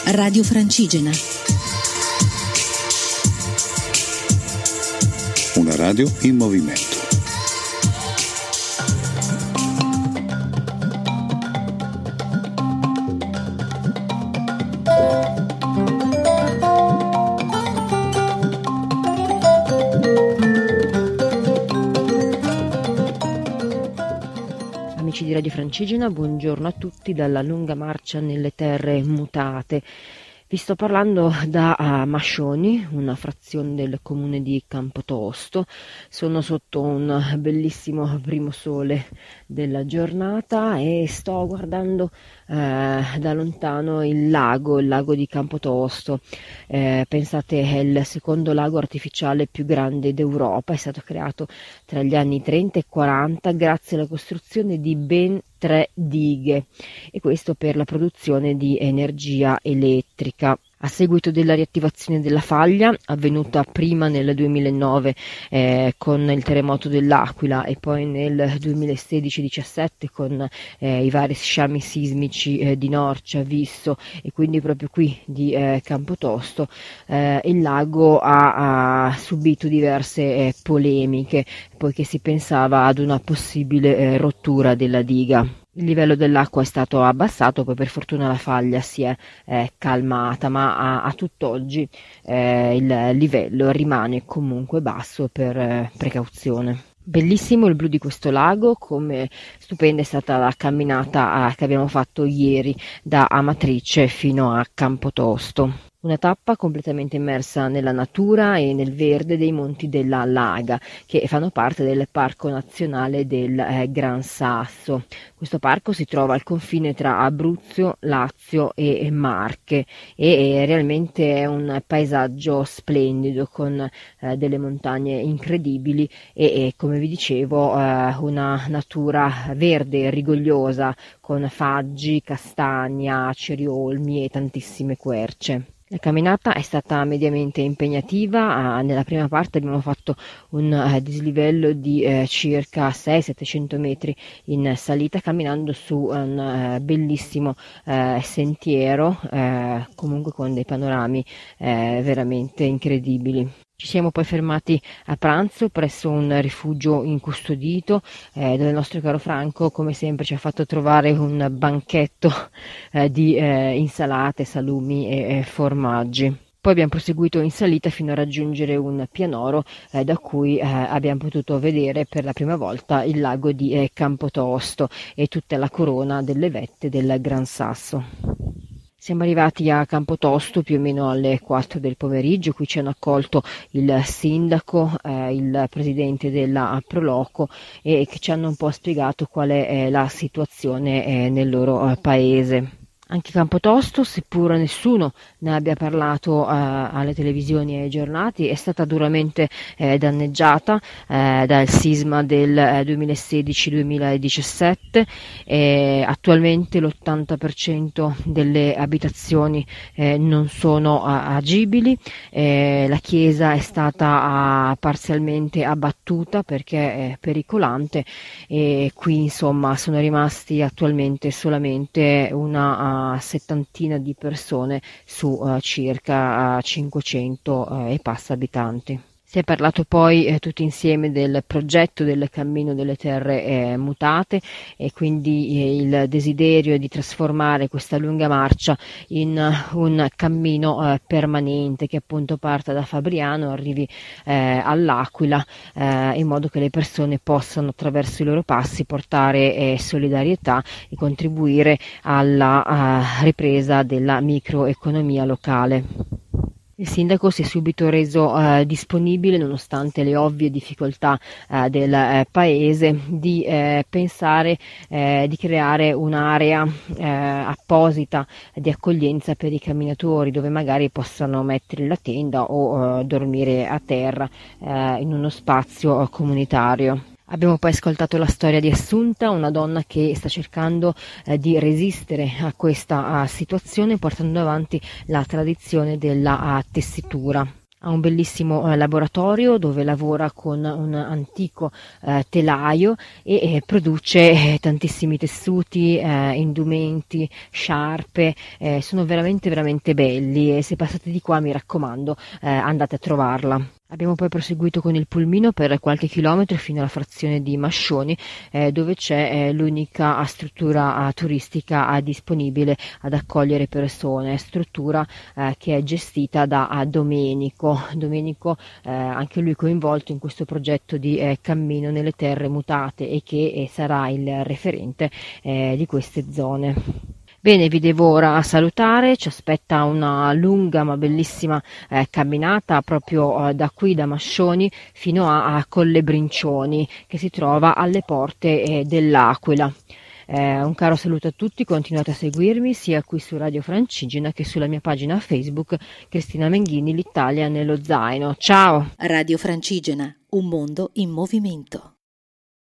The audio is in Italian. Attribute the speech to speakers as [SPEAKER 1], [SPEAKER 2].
[SPEAKER 1] Radio Francigena.
[SPEAKER 2] Una radio in movimento.
[SPEAKER 3] Di Radio Francigena, buongiorno a tutti dalla lunga marcia nelle terre mutate. Vi sto parlando da Mascioni, una frazione del comune di Campotosto. Sono sotto un bellissimo primo sole della giornata e sto guardando da lontano il lago di Campotosto. Pensate, è il secondo lago artificiale più grande d'Europa, è stato creato tra gli anni 30 e 40 grazie alla costruzione di ben 3 dighe, e questo per la produzione di energia elettrica. A seguito della riattivazione della faglia, avvenuta prima nel 2009 con il terremoto dell'Aquila e poi nel 2016-17 con i vari sciami sismici di Norcia, Visso e quindi proprio qui di Campotosto, il lago ha subito diverse polemiche, poiché si pensava ad una possibile rottura della diga. Il livello dell'acqua è stato abbassato, poi per fortuna la faglia si è calmata, ma a tutt'oggi il livello rimane comunque basso per precauzione. Bellissimo il blu di questo lago, come stupenda è stata la camminata che abbiamo fatto ieri da Amatrice fino a Campotosto. Una tappa completamente immersa nella natura e nel verde dei monti della Laga, che fanno parte del Parco Nazionale del Gran Sasso. Questo parco si trova al confine tra Abruzzo, Lazio e Marche e realmente è un paesaggio splendido con delle montagne incredibili e come vi dicevo una natura verde rigogliosa con faggi, castagna, ceriolmi e tantissime querce. La camminata è stata mediamente impegnativa. Nella prima parte abbiamo fatto un dislivello di circa 600-700 metri in salita, camminando su un bellissimo sentiero, comunque con dei panorami veramente incredibili. Ci siamo poi fermati a pranzo presso un rifugio incustodito dove il nostro caro Franco, come sempre, ci ha fatto trovare un banchetto di insalate, salumi e formaggi. Poi abbiamo proseguito in salita fino a raggiungere un pianoro da cui abbiamo potuto vedere per la prima volta il lago di Campotosto e tutta la corona delle vette del Gran Sasso. Siamo arrivati a Campotosto più o meno alle 4 del pomeriggio. Qui ci hanno accolto il sindaco, il presidente della Proloco e che ci hanno un po' spiegato qual è la situazione nel loro paese. Anche Campotosto, seppur nessuno ne abbia parlato alle televisioni e ai giornali, è stata duramente danneggiata dal sisma del 2016-2017. Attualmente l'80% delle abitazioni non sono agibili. La chiesa è stata parzialmente abbattuta perché è pericolante e qui insomma sono rimasti attualmente solamente una settantina di persone su circa 500 e passa abitanti. Si è parlato poi tutti insieme del progetto del cammino delle terre mutate e quindi il desiderio di trasformare questa lunga marcia in un cammino permanente che appunto parta da Fabriano, arrivi all'Aquila, in modo che le persone possano attraverso i loro passi portare solidarietà e contribuire alla ripresa della microeconomia locale. Il sindaco si è subito reso disponibile, nonostante le ovvie difficoltà del paese, di pensare di creare un'area apposita di accoglienza per i camminatori, dove magari possano mettere la tenda o dormire a terra in uno spazio comunitario. Abbiamo poi ascoltato la storia di Assunta, una donna che sta cercando di resistere a questa situazione portando avanti la tradizione della tessitura. Ha un bellissimo laboratorio dove lavora con un antico telaio e produce tantissimi tessuti, indumenti, sciarpe, sono veramente veramente belli e se passate di qua mi raccomando andate a trovarla. Abbiamo poi proseguito con il pulmino per qualche chilometro fino alla frazione di Mascioni, dove c'è l'unica struttura turistica disponibile ad accogliere persone, struttura che è gestita da Domenico. Domenico, anche lui coinvolto in questo progetto di cammino nelle terre mutate e che sarà il referente di queste zone. Bene, vi devo ora salutare, ci aspetta una lunga ma bellissima camminata proprio da qui, da Mascioni, fino a Colle Brincioni, che si trova alle porte dell'Aquila. Un caro saluto a tutti, continuate a seguirmi sia qui su Radio Francigena che sulla mia pagina Facebook Cristina Menghini, l'Italia nello zaino. Ciao!
[SPEAKER 1] Radio Francigena, un mondo in movimento.